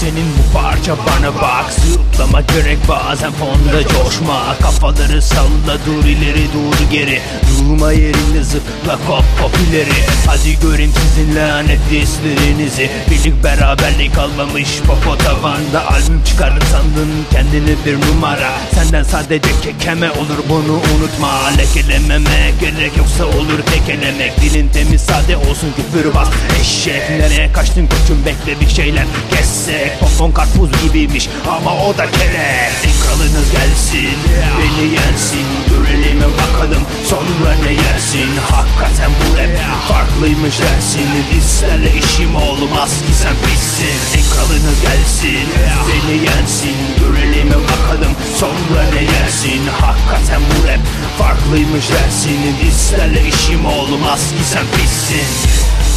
senin bu parça, bana bak. Zıplama gerek bazen, fonda coşma. Kafaları salla, dur ileri dur geri. Durma yerinde, zıpla kop ileri. Hadi göreyim sizin lanet dislerinizi. Birlik beraberlik kalmamış popo tavanda. Albüm çıkarır sandın kendini bir numara. Senden sadece kekeme olur, bunu unutma. Lekelememe gerek yoksa olur kekelemek. Dilin temiz sade olsun, küfür bas eşek. Nereye kaçtın koçum, bekle bir şeyler kessek. Popon karpuz gibiymiş ama o da kelek. Kralınız gelsin, beni yensin. Görelim bakalım sonra ne yersin. Hakikaten bu rap farklıymış dersin. Bizlerle işim olmaz ki sen pissin. Kralınız gelsin, beni yensin. Görelim bakalım sonra ne yersin. Hakikaten bu rap farklıymış dersin. Bizlerle işim olmaz ki sen pissin.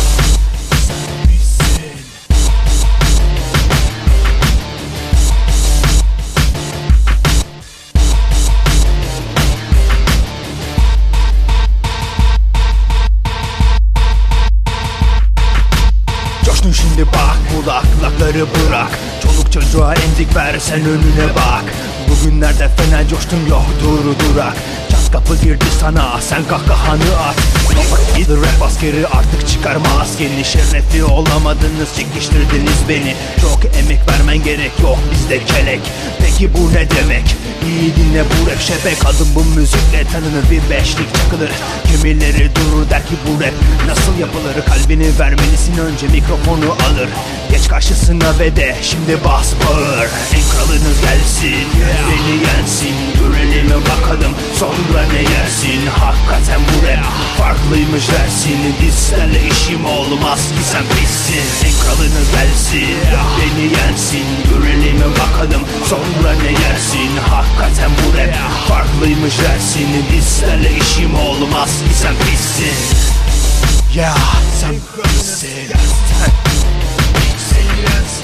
Coştun şimdi bak, kulakları bırak. Çoluk çocuğa emzik ver, sen önüne bak. Bugünlerde fena coştum, yok durak. Çat kapı girdi sana, sen kahkahanı at. Vakit rap askeri artık çıkarma askeni. Şerefli olamadınız, çekiştirdiniz beni. Çok emek vermen gerek, yok bizde kelek. Peki bu ne demek? İyi dinle bu rap şebek. Kadın bu müzikle tanınır, bir beşlik çakılır. Kimileri durur der ki bu rap nasıl yapılır? Kalbini vermelisin, önce mikrofonu alır. Geç karşısına ve de şimdi bas bağır. En kralınız gelsin, beni yensin. Görelim bakalım sonra ne yersin. Hakikaten bu rap farklıymış dersin. Bizlerle işim olmaz ki sen pissin. En kralınız gelsin, beni yensin. Görelim bakalım sonra ne yersin. Hakikaten bu rap farklıymış dersin. Bizlerle işim olmaz ki sen pissin. Ya sen pissin.